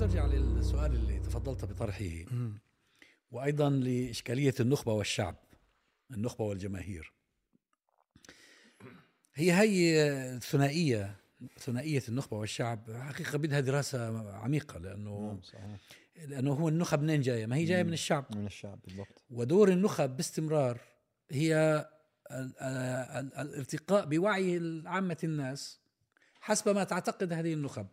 عاوز أرجع للسؤال اللي تفضلت بطرحه، وأيضا لإشكالية النخبة والشعب، النخبة والجماهير. هي ثنائية النخبة والشعب حقيقة بدها دراسة عميقة، لأنه هو النخب منين جاية؟ ما هي جاية من الشعب بالضبط. ودور النخب باستمرار هي الارتقاء بوعي عامة الناس حسب ما تعتقد هذه النخب.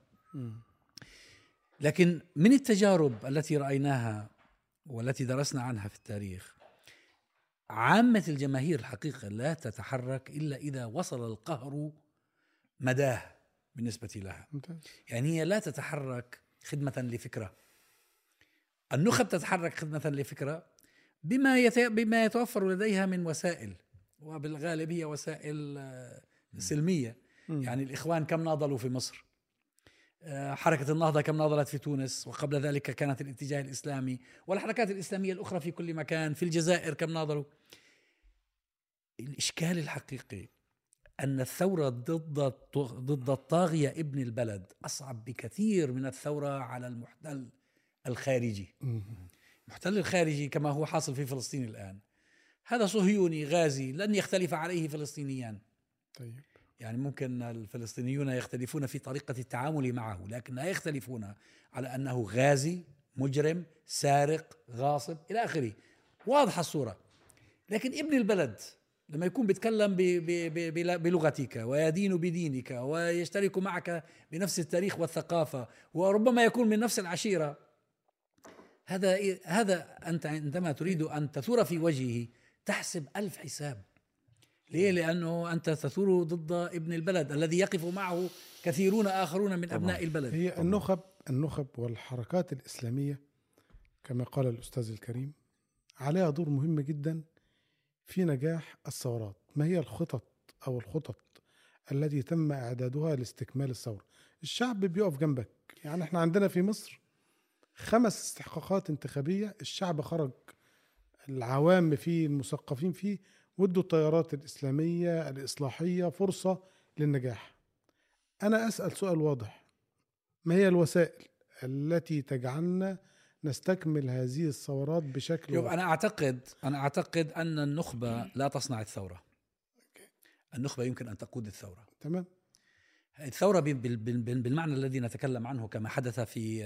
لكن من التجارب التي رأيناها والتي درسنا عنها في التاريخ، عامة الجماهير الحقيقة لا تتحرك إلا إذا وصل القهر مداه بالنسبة لها. يعني هي لا تتحرك خدمة لفكرة. النخب تتحرك خدمة لفكرة بما يتوفر لديها من وسائل، وبالغالب هي وسائل سلمية. يعني الإخوان كم ناضلوا في مصر؟ حركة النهضة كم ناضلت في تونس؟ وقبل ذلك كانت الاتجاه الإسلامي والحركات الإسلامية الأخرى في كل مكان. في الجزائر كم ناضلوا؟ الإشكال الحقيقي أن الثورة ضد الطاغية ابن البلد أصعب بكثير من الثورة على المحتل الخارجي. المحتل الخارجي كما هو حاصل في فلسطين الآن، هذا صهيوني غازي لن يختلف عليه فلسطينيان. طيب. يعني ممكن الفلسطينيون يختلفون في طريقة التعامل معه، لكن لا يختلفون على أنه غازي، مجرم، سارق، غاصب إلى آخره، واضحة الصورة. لكن ابن البلد لما يكون بيتكلم بلغتك ويدين بدينك ويشترك معك بنفس التاريخ والثقافة وربما يكون من نفس العشيرة، هذا أنت عندما تريد أن تثور في وجهه تحسب 1000 حساب. ليه؟ لأنه أنت تثور ضد ابن البلد الذي يقف معه كثيرون آخرون من أبناء البلد. هي النخب والحركات الإسلامية كما قال الأستاذ الكريم عليها دور مهم جدا في نجاح الثورات. ما هي الخطط التي تم إعدادها لاستكمال الثورة؟ الشعب بيقف جنبك. يعني احنا عندنا في مصر 5 استحقاقات انتخابية الشعب خرج، العوام فيه، المثقفين فيه، ودوا التيارات الإسلامية الإصلاحية فرصة للنجاح. أنا أسأل سؤال واضح: ما هي الوسائل التي تجعلنا نستكمل هذه الثورات بشكل واضح؟ أنا أعتقد أن النخبة لا تصنع الثورة. النخبة يمكن أن تقود الثورة. تمام. الثورة بالمعنى الذي نتكلم عنه كما حدث في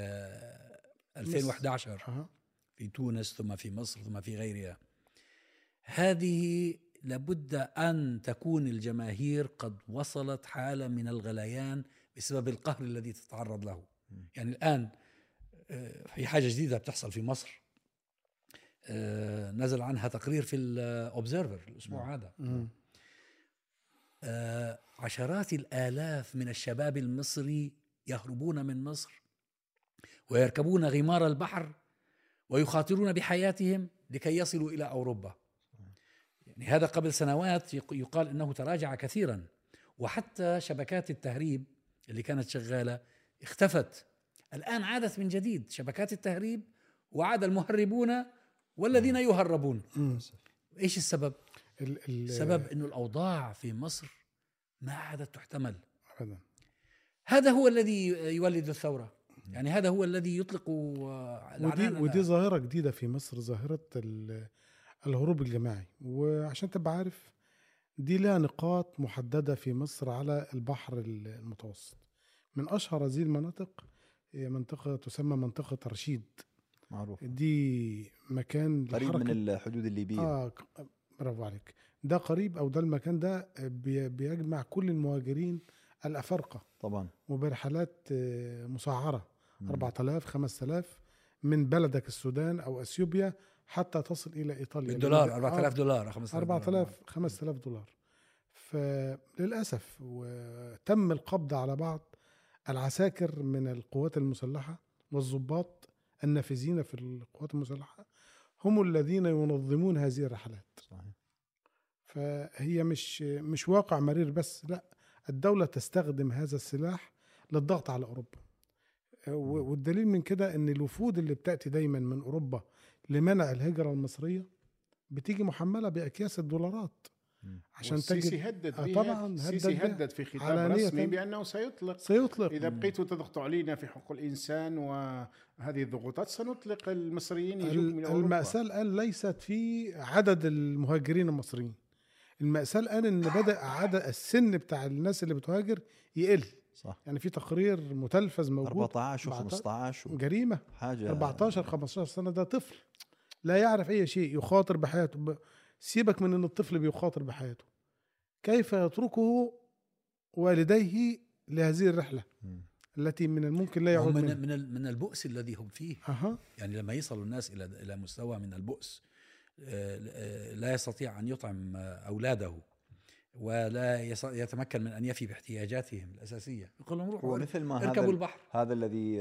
2011 في تونس ثم في مصر ثم في غيرها، هذه لابد أن تكون الجماهير قد وصلت حالة من الغليان بسبب القهر الذي تتعرض له. يعني الآن في حاجة جديدة بتحصل في مصر، نزل عنها تقرير في الأوبزيرفر الأسبوع هذا. عشرات الآلاف من الشباب المصري يهربون من مصر ويركبون غمار البحر ويخاطرون بحياتهم لكي يصلوا إلى أوروبا. يعني هذا قبل سنوات يقال إنه تراجع كثيرا، وحتى شبكات التهريب اللي كانت شغالة اختفت. الآن عادت من جديد شبكات التهريب، وعاد المهربون والذين يهربون. إيش السبب؟ السبب إنه الأوضاع في مصر ما عادت تحتمل. هذا هو الذي يولد الثورة. يعني هذا هو الذي يطلق ودي ظاهرة جديدة في مصر، ظاهرة الهروب الجماعي. وعشان تبقى عارف دي لها نقاط محددة في مصر على البحر المتوسط. من أشهر هذه المناطق هي منطقة تسمى منطقة رشيد، معروف. دي مكان قريب من الحدود الليبية. برافو عليك. ده قريب، أو ده المكان ده بيجمع كل المهاجرين الأفارقة طبعا، وبرحلات مسعرة 4000 5000 من بلدك السودان أو أثيوبيا حتى تصل إلى إيطاليا بالدولار. 4000 دولار 5000 دولار. فللأسف وتم القبض على بعض العساكر من القوات المسلحة والضباط النافذين في القوات المسلحة، هم الذين ينظمون هذه الرحلات. صحيح. فهي مش واقع مرير بس، لا، الدولة تستخدم هذا السلاح للضغط على أوروبا. والدليل من كده أن الوفود اللي بتأتي دايما من أوروبا لمنع الهجرة المصرية بتيجي محملة بأكياس الدولارات عشان والسيسي تجد هدد بها. طبعا السيسي هدد في خطاب علانية رسمي بأنه سيطلق إذا بقيتوا تضغطوا علينا في حقوق الإنسان وهذه الضغوطات سنطلق المصريين يجوا من أوروبا. المأساة الآن ليست في عدد المهاجرين المصريين، المأساة الآن إن بدأ عدد السن بتاع الناس اللي بتهاجر يقل. صح. يعني في تقرير متلفز موجود 14 و15 جريمة حاجة 14-15 سنة، ده طفل لا يعرف أي شيء يخاطر بحياته. سيبك من أن الطفل بيخاطر بحياته، كيف يتركه والديه لهذه الرحلة التي من الممكن لا يعود من البؤس الذي هم فيه. يعني لما يصل الناس إلى مستوى من البؤس لا يستطيع أن يطعم أولاده ولا يتمكن من أن يفي باحتياجاتهم الأساسية، يقول لهم روحوا مثل ما اركبوا البحر. هذا الذي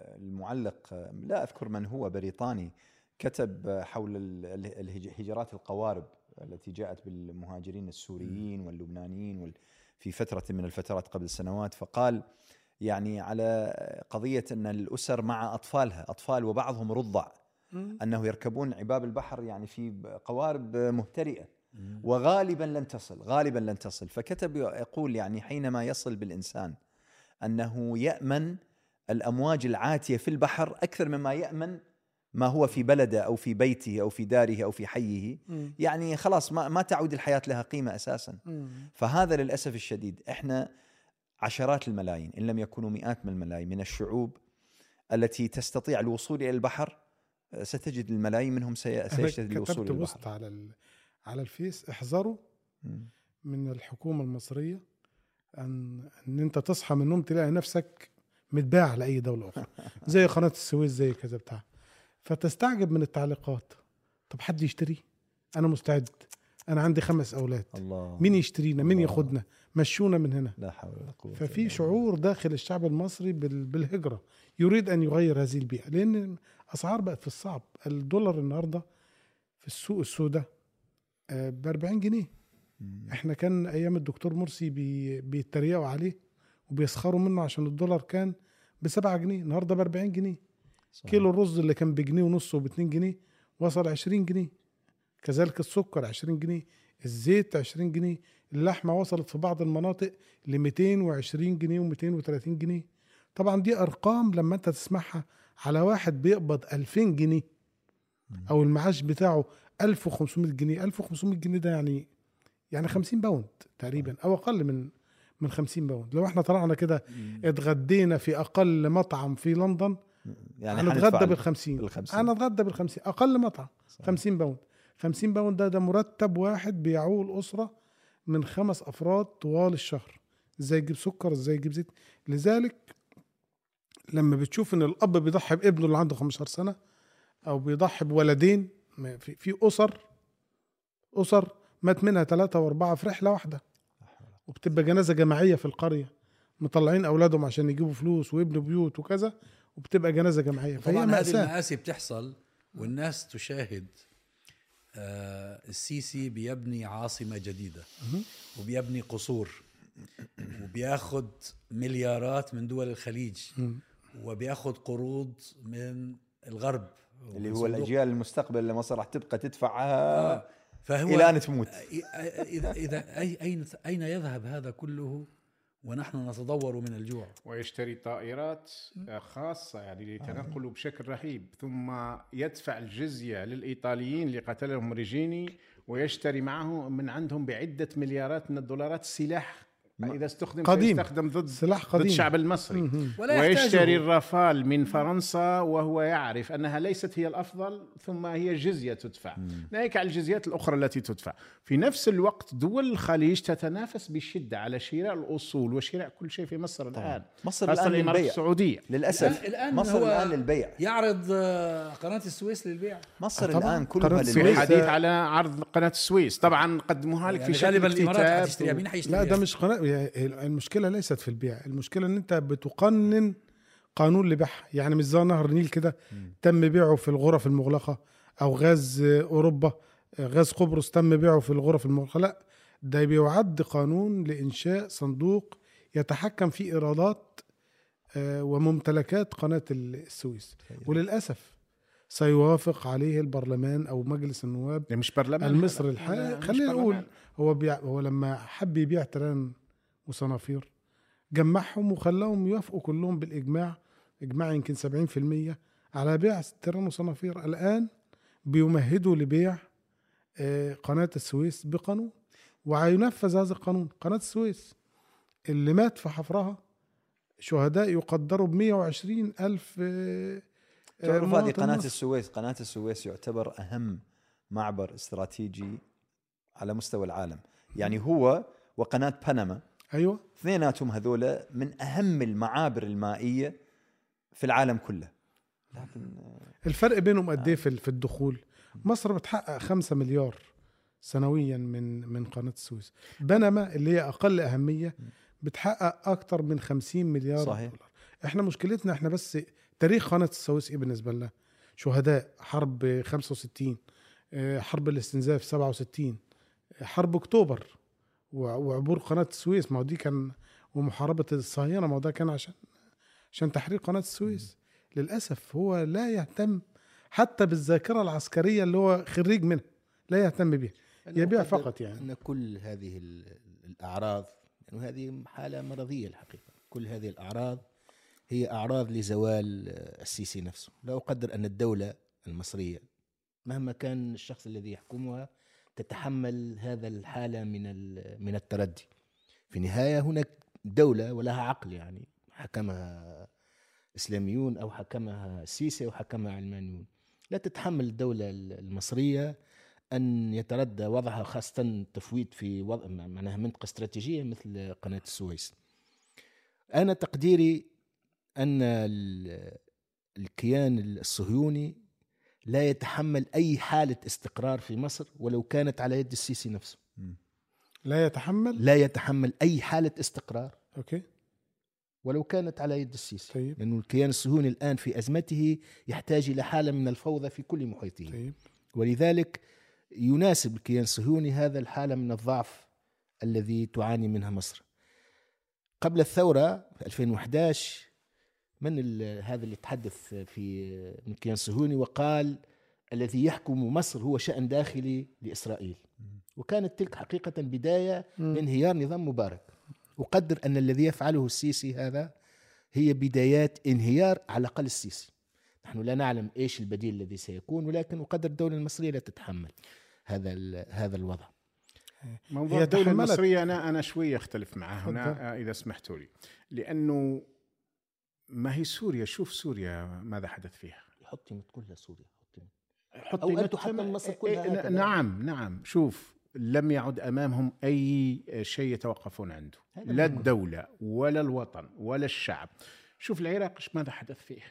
المعلق لا أذكر من هو بريطاني كتب حول الهجرات القوارب التي جاءت بالمهاجرين السوريين واللبنانيين في فترة من الفترات قبل سنوات، فقال يعني على قضية أن الأسر مع أطفالها، أطفال وبعضهم رضع، أنه يركبون عباب البحر يعني في قوارب مهترئة وغالبا لن تصل. فكتب يقول يعني حينما يصل بالإنسان أنه يأمن الأمواج العاتية في البحر أكثر مما يأمن ما هو في بلده أو في بيته أو في داره أو في حيه، يعني خلاص ما تعود الحياة لها قيمة أساسا. فهذا للأسف الشديد، إحنا عشرات الملايين إن لم يكونوا مئات من الملايين من الشعوب التي تستطيع الوصول إلى البحر، ستجد الملايين منهم سيجتهد الوصول إلى البحر. كتبت على الفيس احذروا من الحكومة المصرية أن أنت تصحى من النوم تلاقي نفسك متباع لأي دولة أخرى زي قناة السويس زي كذا بتاع، فتستعجب من التعليقات. طب حد يشتري؟ أنا مستعد، أنا عندي 5 أولاد، الله. مين يشترينا؟ مين ياخدنا؟ مشونا من هنا. لا حول ولا قوة. ففي شعور داخل الشعب المصري بالهجرة، يريد أن يغير هذه البيئة، لأن أسعار بقت في الصعب. الدولار النهاردة في السوق السوداء ب40 جنيه. احنا كان أيام الدكتور مرسي بيتريقوا عليه وبيسخروا منه عشان الدولار كان ب7 جنيه، النهاردة ب40 جنيه. صحيح. كيلو الرز اللي كان بجنيه ونص وب2 جنيه وصل 20 جنيه. كذلك السكر 20 جنيه، الزيت 20 جنيه، اللحمة وصلت في بعض المناطق ل220 جنيه و230 جنيه. طبعا دي أرقام لما أنت تسمعها على واحد بيقبض 2000 جنيه أو المعاش بتاعه 1500 جنيه. 1500 جنيه ده يعني 50 باوند تقريبا أو أقل من 50 باوند. لو احنا طلعنا كده اتغدينا في أقل مطعم في لندن يعني هنتغدى بال50، هنتغدى بال50 أقل مطعم. صحيح. 50 باوند. 50 باوند ده مرتب واحد بيعول أسرة من 5 أفراد طوال الشهر. ازاي يجيب سكر، ازاي يجيب زيت؟ لذلك لما بتشوف ان الأب بيضحي بابنه اللي عنده 15 سنة أو بيضحي بولدين، في أسر مات منها 3 و4 في رحلة واحدة، وبتبقى جنازة جماعية في القرية، مطلعين أولادهم عشان يجيبوا فلوس ويبنوا بيوت وكذا، وبتبقى جنازة جماعية. طبعا هذه المآسي بتحصل والناس تشاهد. السيسي بيبني عاصمة جديدة وبيبني قصور وبياخد مليارات من دول الخليج وبياخد قروض من الغرب اللي هو الأجيال المستقبل اللي مصر راح تبقى تدفعها إلى أن تموت. إذا أين يذهب هذا كله ونحن نتضور من الجوع؟ ويشتري طائرات خاصة يعني لتنقلوا بشكل رهيب، ثم يدفع الجزية للإيطاليين اللي قتلهم ريجيني، ويشتري معه من عندهم بعدة مليارات من الدولارات سلاح إذا استخدم سيستخدم ضد الشعب المصري. ويشتري الرافال من فرنسا وهو يعرف أنها ليست هي الأفضل، ثم هي جزية تدفع، ناهيك على الجزيات الأخرى التي تدفع. في نفس الوقت دول الخليج تتنافس بشدة على شراء الأصول وشراء كل شيء في مصر الآن. مصر الآن الإمارات السعودية للأسف. الآن مصر الآن للبيع، يعرض قناة السويس للبيع. مصر الآن كلها للبيع. حديث على عرض قناة السويس طبعا قدموها لك في شكل اكتتاب. لا ده مش قناة. المشكلة ليست في البيع، المشكلة ان انت بتقنن قانون لبيعها. يعني مش زي نهر النيل كده تم بيعه في الغرف المغلقة، او غاز اوروبا، غاز قبرص تم بيعه في الغرف المغلقة. لا، ده بيعد قانون لإنشاء صندوق يتحكم في إيرادات وممتلكات قناة السويس. وللأسف سيوافق عليه البرلمان أو مجلس النواب ده مش برلمان المصري هذا. الحالي. مش خلينا برلمان. نقول هو لما حب يبيع تيران وصنافير جمعهم وخلاهم يوافقوا كلهم بالإجماع، إجماع يمكن 70% على بيع تيران وصنافير. الآن بيمهدوا لبيع قناة السويس بقانون، وهينفذ هذا القانون. قناة السويس اللي مات في حفرها شهداء يقدروا ب120 ألف. تعرف هذه قناة السويس يعتبر أهم معبر استراتيجي على مستوى العالم، يعني هو وقناة بنما. أيوة، اثنيناتهم هذولا من أهم المعابر المائية في العالم كله. لكن الفرق بينهم قد ايه في الدخول؟ مصر بتحقق 5 مليار سنويا من قناة السويس. بنما اللي هي أقل أهمية بتحقق أكتر من 50 مليار صحيح. دولار. احنا مشكلتنا احنا بس تاريخ قناة السويس ايه بالنسبة لنا؟ شهداء حرب 65، حرب الاستنزاف 67، حرب أكتوبر، وعبور قناة السويس. ما هو دي كان، ومحاربة الصهاينة، ما هو ده كان عشان تحرير قناة السويس. للأسف هو لا يهتم حتى بالذاكرة العسكرية اللي هو خريج منها، لا يهتم بها، يبيع فقط. يعني أن كل هذه الأعراض، يعني هذه حالة مرضية الحقيقة، كل هذه الأعراض هي أعراض لزوال السيسي نفسه. لا أقدر أن الدولة المصرية مهما كان الشخص الذي يحكمها تتحمل هذا الحالة من التردي. في النهاية هناك دولة ولها عقل، يعني حكمها إسلاميون أو حكمها السيسي أو حكمها علمانيون. لا تتحمل الدولة المصرية أن يتردى وضعها، خاصة تفويت في وضع معناها منطقة استراتيجية مثل قناة السويس. أنا تقديري أن الكيان الصهيوني لا يتحمل أي حالة استقرار في مصر ولو كانت على يد السيسي نفسه. لا يتحمل أي حالة استقرار، أوكي، ولو كانت على يد السيسي. طيب. لأن الكيان الصهيوني الآن في أزمته يحتاج إلى حالة من الفوضى في كل محيطه. طيب. ولذلك يناسب الكيان الصهيوني هذا الحالة من الضعف الذي تعاني منها مصر. قبل الثورة في 2011 من هذا اللي تحدث في من الكيان الصهيوني وقال الذي يحكم مصر هو شأن داخلي لإسرائيل. وكانت تلك حقيقة بداية لانهيار نظام مبارك. أقدر أن الذي يفعله السيسي هذا هي بدايات انهيار على الأقل السيسي. نحن لا نعلم إيش البديل الذي سيكون، ولكن أقدر الدولة المصرية لا تتحمل هذا الوضع. موضوع الدولة المصرية أنا شوية أختلف معها هنا إذا سمحتوا لي، لأنه ما هي سوريا، شوف سوريا ماذا حدث فيها. حطي كلها سوريا، أو أنتوا حتى مصر كلها. نعم شوف، لم يعد أمامهم أي شيء يتوقفون عنده، لا الدولة ولا الوطن ولا الشعب. شوف العراق ماذا حدث فيه.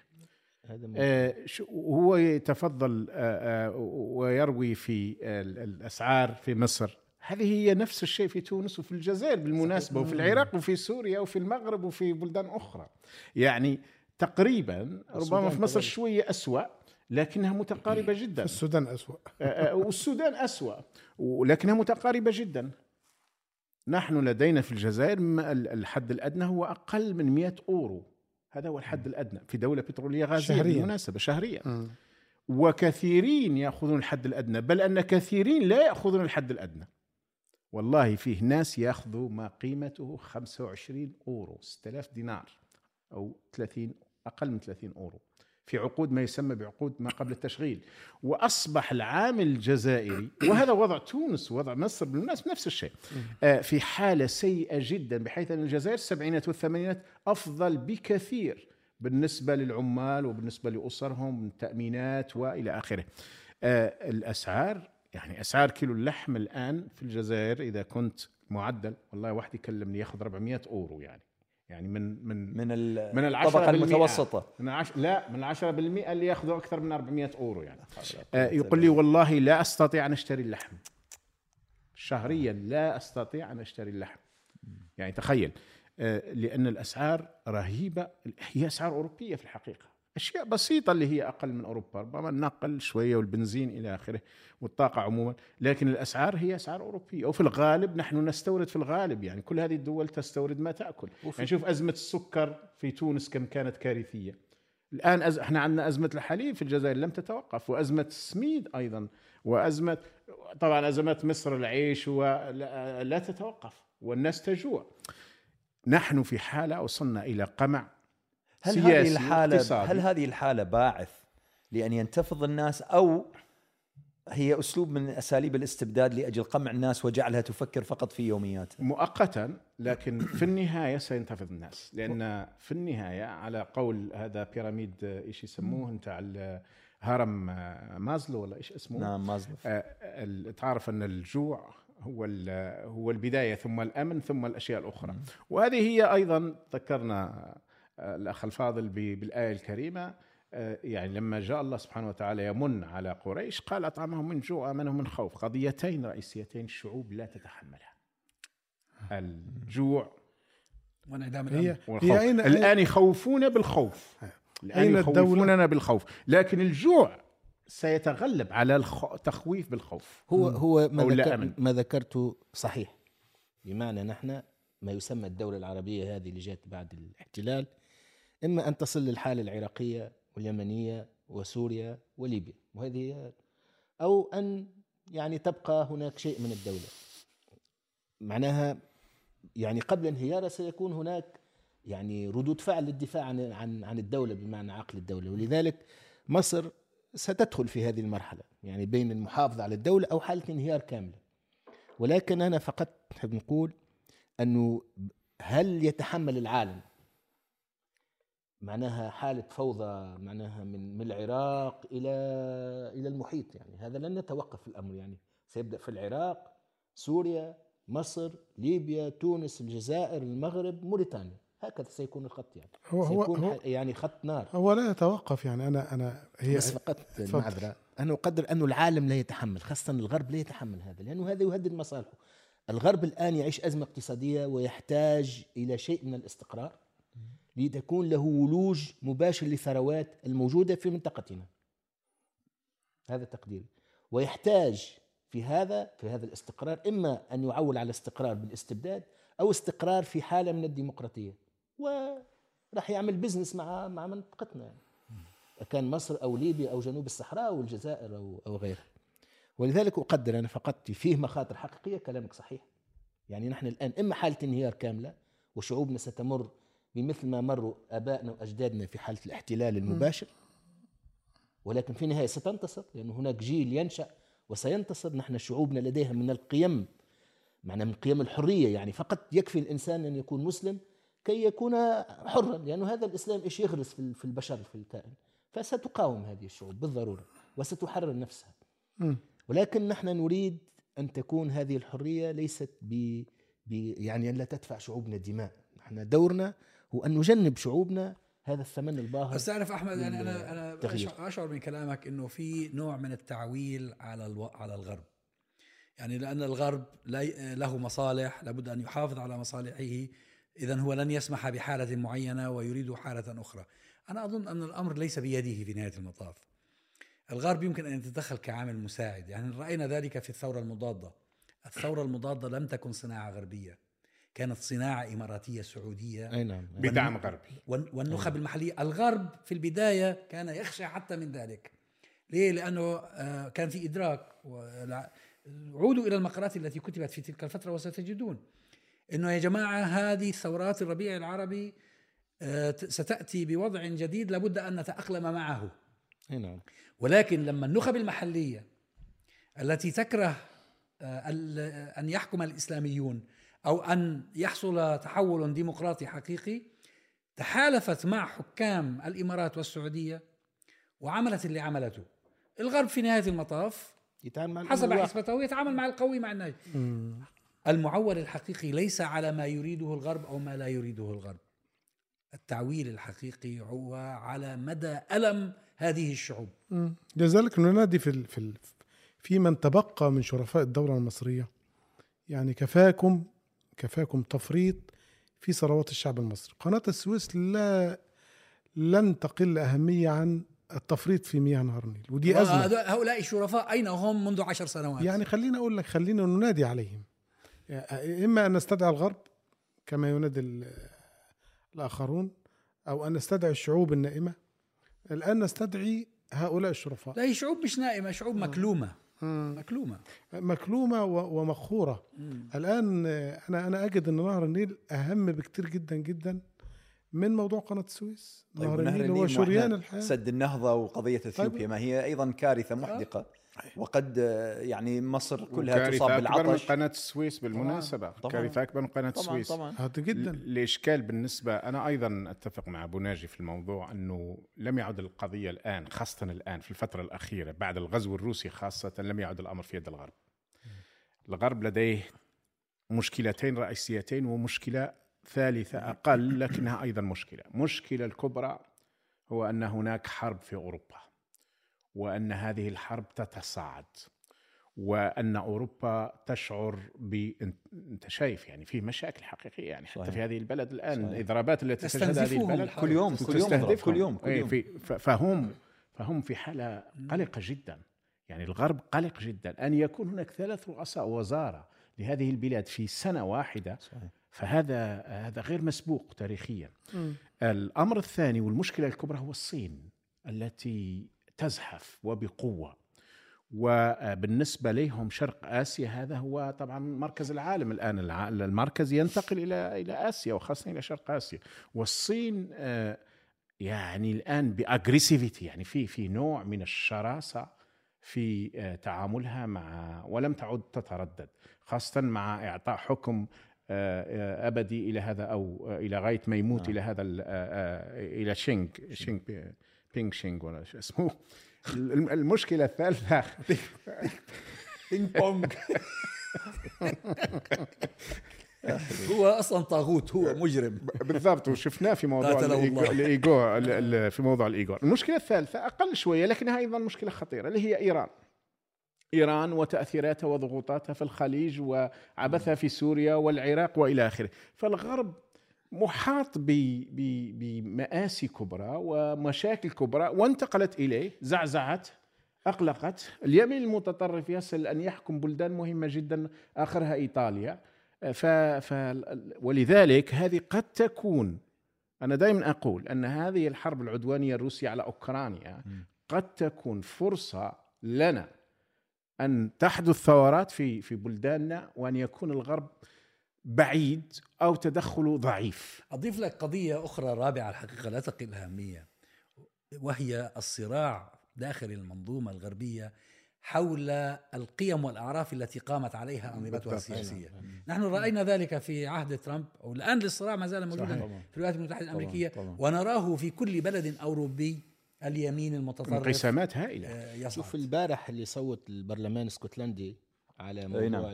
هو يتفضل ويروي في الأسعار في مصر، هذه هي نفس الشيء في تونس وفي الجزائر بالمناسبة، وفي العراق وفي سوريا وفي المغرب وفي بلدان أخرى. يعني تقريبا ربما في مصر شوية أسوأ لكنها متقاربة جدا. السودان أسوأ والسودان أسوأ ولكنها متقاربة جدا. نحن لدينا في الجزائر الحد الأدنى هو أقل من 100 أورو، هذا هو الحد الأدنى في دولة بترولية غازية بالمناسبة شهريا. وكثيرين يأخذون الحد الأدنى، بل أن كثيرين لا يأخذون الحد الأدنى. والله فيه ناس يأخذوا ما قيمته 25 أورو، 6000 دينار أو 30 أقل من 30 أورو في عقود ما يسمى بعقود ما قبل التشغيل. وأصبح العامل الجزائري، وهذا وضع تونس ووضع مصر بالمناسبة نفس الشيء، في حالة سيئة جدا، بحيث أن الجزائر السبعينات والثمانينات أفضل بكثير بالنسبة للعمال وبالنسبة لأسرهم من تأمينات وإلى آخره. الأسعار، يعني أسعار كيلو اللحم الآن في الجزائر إذا كنت معدل، والله واحد يكلمني يأخذ 400 أورو، يعني من الطبقة المتوسطة، من 10% اللي يأخذوا أكثر من 400 أورو. يعني يقول لي والله لا أستطيع أن أشتري اللحم شهريا، لا أستطيع أن أشتري اللحم. يعني تخيل، لأن الأسعار رهيبة. هي أسعار أوروبية في الحقيقة، أشياء بسيطة اللي هي أقل من أوروبا، ربما النقل شوية والبنزين إلى آخره والطاقة عموما، لكن الأسعار هي أسعار أوروبية. وفي الغالب نحن نستورد، في الغالب يعني كل هذه الدول تستورد ما تأكل. يعني شوف أزمة السكر في تونس كم كانت كارثية، الآن احنا عندنا أزمة الحليب في الجزائر لم تتوقف، وأزمة السميد أيضا، وأزمة طبعا أزمات مصر العيش لا تتوقف، والناس تجوع. نحن في حالة وصلنا إلى قمع سياسي واقتصادي. هل هذه الحالة باعث لأن ينتفض الناس، أو هي أسلوب من أساليب الاستبداد لأجل قمع الناس وجعلها تفكر فقط في يومياتها؟ مؤقتا، لكن في النهاية سينتفض الناس، لأن في النهاية على قول هذا بيراميد إيش يسموه نتاع هرم مازلو ولا إيش اسمه؟ نعم مازلو. تعرف أن الجوع هو البداية، ثم الأمن، ثم الأشياء الأخرى. وهذه هي أيضا ذكرنا الأخ الفاضل بالآية الكريمة، يعني لما جاء الله سبحانه وتعالى يمن على قريش قال أطعمهم من جوع أمنهم من خوف. قضيتين رئيسيتين الشعوب لا تتحملها، الجوع وانعدام هي الأمن. الآن يخوفون بالخوف، الآن يخوفوننا بالخوف، لكن الجوع سيتغلب على التخويف بالخوف. هو ما ذكرته صحيح، بمعنى نحن ما يسمى الدولة العربية هذه اللي جاءت بعد الاحتلال، إما أن تصل للحالة العراقية واليمنية وسوريا وليبيا، وهذه أو أن يعني تبقى هناك شيء من الدولة. معناها يعني قبل انهيارها سيكون هناك يعني ردود فعل للدفاع عن الدولة بمعنى عقل الدولة. ولذلك مصر ستدخل في هذه المرحلة، يعني بين المحافظة على الدولة أو حالة انهيار كاملة. ولكن أنا فقط نحب نقول أنه هل يتحمل العالم معناها حالة فوضى معناها من العراق إلى المحيط؟ يعني هذا لن يتوقف الأمر، يعني سيبدأ في العراق، سوريا، مصر، ليبيا، تونس، الجزائر، المغرب، موريتانيا، هكذا سيكون الخط. يعني هو يعني خط نار، هو لا يتوقف. يعني أنا هي بس فقط المعذرة، أنا أقدر أنه العالم لا يتحمل، خاصة الغرب لا يتحمل هذا، لأنه هذا يهدد مصالحه. الغرب الآن يعيش أزمة اقتصادية ويحتاج إلى شيء من الاستقرار لتكون له ولوج مباشر للثروات الموجودة في منطقتنا، هذا تقديري. ويحتاج في هذا الاستقرار إما أن يعول على استقرار بالاستبداد أو استقرار في حالة من الديمقراطية، وراح يعمل بزنس مع منطقتنا، يعني كان مصر أو ليبيا أو جنوب الصحراء أو الجزائر أو غيرها. ولذلك أقدر أنا فقط فيه مخاطر حقيقية، كلامك صحيح. يعني نحن الآن إما حالة انهيار كاملة وشعوبنا ستمر بمثل ما مروا آبائنا وأجدادنا في حالة الاحتلال المباشر، ولكن في النهاية ستنتصر، لأن هناك جيل ينشأ وسينتصر. نحن شعوبنا لديها من القيم، معنى من قيم الحرية، يعني فقط يكفي الإنسان أن يكون مسلم كي يكون حرا، لأنه هذا الإسلام إيش يغرس في البشر في الكائن. فستقاوم هذه الشعوب بالضرورة وستحرر نفسها. ولكن نحن نريد أن تكون هذه الحرية ليست يعني لا تدفع شعوبنا دماء. نحن دورنا هو أن نجنب شعوبنا هذا الثمن الباهظ. بس تعرف أحمد، يعني أنا أشعر من كلامك إنه في نوع من التعويل على الغرب، يعني لأن الغرب له مصالح، لابد أن يحافظ على مصالحه، إذن هو لن يسمح بحالة معينة ويريد حالة أخرى. أنا أظن أن الأمر ليس بيده في نهاية المطاف. الغرب يمكن أن يتدخل كعامل مساعد، يعني رأينا ذلك في الثورة المضادة. الثورة المضادة لم تكن صناعة غربية، كانت صناعة إماراتية سعودية، أي نعم، بدعم غربي. والنخب المحلية. الغرب في البداية كان يخشى حتى من ذلك. ليه؟ لأنه كان في إدراك. عودوا إلى المقالات التي كتبت في تلك الفترة وستجدون إنه يا جماعة هذه ثورات الربيع العربي ستأتي بوضع جديد لابد أن نتأقلم معه. نعم. ولكن لما النخب المحلية التي تكره أن يحكم الإسلاميون أو أن يحصل تحول ديمقراطي حقيقي تحالفت مع حكام الإمارات والسعودية وعملت اللي عملته، الغرب في نهاية المطاف حسب حسبته يتعامل مع القوي مع الناجح. المعول الحقيقي ليس على ما يريده الغرب أو ما لا يريده الغرب. التعويل الحقيقي هو على مدى ألم هذه الشعوب. لذلك ننادي في من تبقى من شرفاء الدولة المصرية، يعني كفاكم تفريط في ثروات الشعب المصري. قناة السويس لن تقل أهمية عن التفريط في مياه نهر النيل، ودي أزمة. هؤلاء الشرفاء أين هم منذ 10 سنوات؟ يعني خلينا ننادي عليهم، يعني إما أن نستدعي الغرب كما ينادي الآخرون، أو أن نستدعي الشعوب النائمة الآن نستدعي هؤلاء الشرفاء. لا، هي شعوب مش نائمة، شعوب مكلومة. مكلومة ومقهورة. الآن أنا أجد أن نهر النيل أهم بكتير جدا جدا من موضوع قناة السويس. طيب، نهر النيل هو شريان الحياة. سد النهضة وقضية اثيوبيا ما هي أيضا كارثة محدقة، وقد يعني مصر كلها تصاب بالعطش. أكبر من قناة السويس بالمناسبة، كارثة أكبر من قناة السويس طبعا. هذا جدا. الإشكال بالنسبة، أنا أيضا أتفق مع أبو ناجي في الموضوع أنه لم يعد القضية الآن، خاصة الآن في الفترة الأخيرة بعد الغزو الروسي خاصة، لم يعد الأمر في يد الغرب. الغرب لديه مشكلتين رئيسيتين ومشكلة ثالثة أقل لكنها أيضا مشكلة الكبرى هو أن هناك حرب في أوروبا، وأن هذه الحرب تتصاعد، وأن أوروبا تشعر أنت شايف يعني فيه مشاكل حقيقية يعني حتى في هذه البلد الآن الإضرابات التي تشهد هذه البلد كل يوم فهم في حالة قلقة جدا. يعني الغرب قلق جدا أن يكون هناك 3 رؤساء وزارة لهذه البلاد في سنة واحدة. صحيح. فهذا غير مسبوق تاريخيا. الأمر الثاني والمشكلة الكبرى هو الصين التي تزحف وبقوة، وبالنسبة لهم شرق آسيا هذا هو طبعا مركز العالم الآن. المركز ينتقل إلى آسيا وخاصة إلى شرق آسيا. والصين يعني الآن بأجريسيفيتي، يعني في نوع من الشراسة في تعاملها مع، ولم تعد تتردد خاصة مع إعطاء حكم أبدي إلى هذا أو إلى غاية ما يموت إلى هذا إلى بينغ شينغ ولا شو اسمه. المشكلة الثالثة بينغ بونغ. هو أصلا طاغوت، هو مجرم بالضبط، وشفناه في موضوع الإيغور. في موضوع الإيغور. المشكلة الثالثة أقل شوية لكنها أيضا مشكلة خطيرة اللي هي إيران وتأثيراتها وضغوطاتها في الخليج وعبثها في سوريا والعراق وإلى آخره. فالغرب محاط بمآسي كبرى ومشاكل كبرى وانتقلت إليه، زعزعت، أقلقت. اليمين المتطرف يصل أن يحكم بلدان مهمة جدا آخرها إيطاليا. ولذلك هذه قد تكون، أنا دائما أقول أن هذه الحرب العدوانية الروسية على أوكرانيا قد تكون فرصة لنا أن تحدث ثورات في بلداننا، وأن يكون الغرب بعيد أو تدخله ضعيف. أضيف لك قضية أخرى رابعة الحقيقة لا تقل أهمية، وهي الصراع داخل المنظومة الغربية حول القيم والأعراف التي قامت عليها أنظمتها السياسية. نحن رأينا ذلك في عهد ترامب، والآن الصراع ما زال موجودا في الولايات المتحدة الأمريكية. ونراه في كل بلد أوروبي اليمين المتطرف، انقسامات هائلة. شوف البارح اللي صوت البرلمان الاسكتلندي على موضوع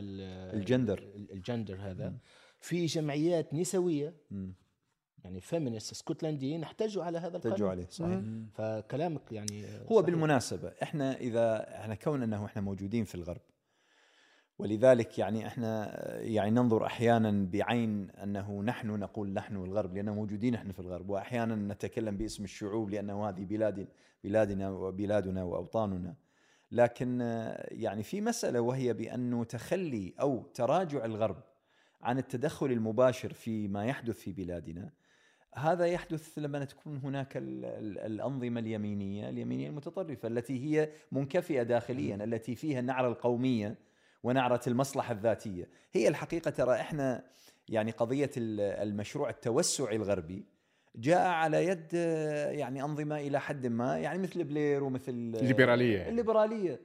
الجندر هذا، في جمعيات نسوية يعني فيمينيست اسكتلنديين احتجوا على هذا القانون. احتجوا عليه، صحيح. فكلامك يعني هو صحيح. بالمناسبة احنا كون انه احنا موجودين في الغرب، ولذلك يعني احنا يعني ننظر احيانا بعين انه نحن نقول نحن الغرب لاننا موجودين احنا في الغرب، واحيانا نتكلم باسم الشعوب لانه هذه بلادنا وبلادنا واوطاننا. لكن يعني في مسألة وهي بانه تخلي او تراجع الغرب عن التدخل المباشر في ما يحدث في بلادنا، هذا يحدث لما تكون هناك الأنظمة اليمينية المتطرفة التي هي منكفئة داخليا، التي فيها النعرة القومية ونعرة المصلحة الذاتية. هي الحقيقة ترى احنا يعني قضية المشروع التوسعي الغربي جاء على يد يعني أنظمة إلى حد ما يعني مثل بلير ومثل الليبرالية.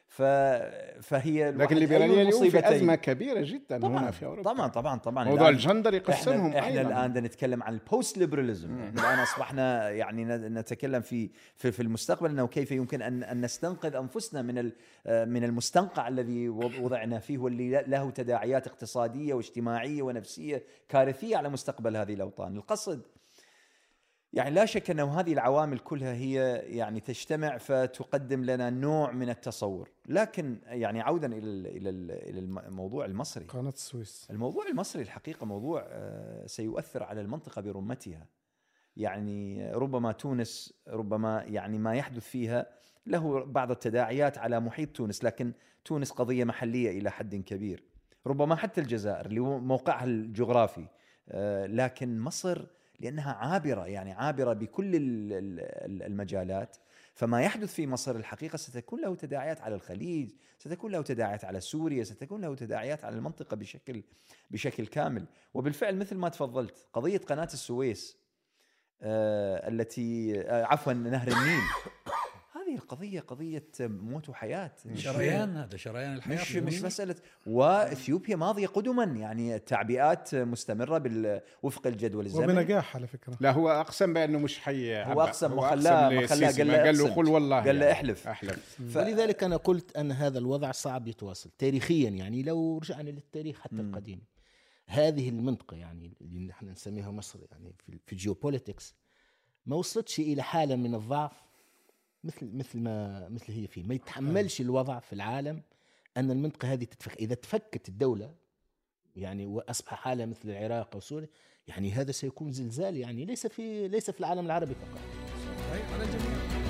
فهي لكن الليبرالية اليوم في أزمة كبيرة جدا هنا في أوروبا. طبعا موضوع الجندر يقسمهم. احنا الآن نتكلم عن البوست ليبراليزم. الآن أصبحنا يعني نتكلم في المستقبل أنه كيف يمكن أن نستنقذ أنفسنا من المستنقع الذي وضعنا فيه، واللي له تداعيات اقتصادية واجتماعية ونفسية كارثية على مستقبل هذه الأوطان. القصد يعني لا شك أنه هذه العوامل كلها هي يعني تجتمع فتقدم لنا نوع من التصور. لكن يعني عودا إلى الموضوع المصري، قناة السويس، الموضوع المصري الحقيقة موضوع سيؤثر على المنطقة برمتها. يعني ربما تونس، ربما يعني ما يحدث فيها له بعض التداعيات على محيط تونس، لكن تونس قضية محلية إلى حد كبير. ربما حتى الجزائر لموقعها الجغرافي، لكن مصر لأنها عابرة، يعني عابرة بكل المجالات. فما يحدث في مصر الحقيقة ستكون له تداعيات على الخليج، ستكون له تداعيات على سوريا، ستكون له تداعيات على المنطقة بشكل كامل. وبالفعل مثل ما تفضلت، قضية قناة السويس التي عفوا نهر النيل، هذه القضية قضية موت وحياة، شريان، هذا شريان الحياة، مش مسألة. وإثيوبيا ماضية قدما، يعني التعبئات مستمرة وفق الجدول الزمني وبنجاح على فكرة. لا هو أقسم بأنه مش هو أقسم وخلاه قال له قل والله، قال له يعني احلف. ولذلك أنا قلت أن هذا الوضع صعب يتواصل تاريخيا. يعني لو رجعنا للتاريخ حتى القديم، هذه المنطقة يعني اللي نحن نسميها مصر يعني في الجيوبوليتكس ما وصلتش إلى حالة من الضعف مثل هي فيه. ما يتحملش الوضع في العالم أن المنطقة هذه تتفك. إذا تفكت الدولة يعني وأصبح حالة مثل العراق أو سوريا، يعني هذا سيكون زلزال، يعني ليس في العالم العربي فقط. على الجميع.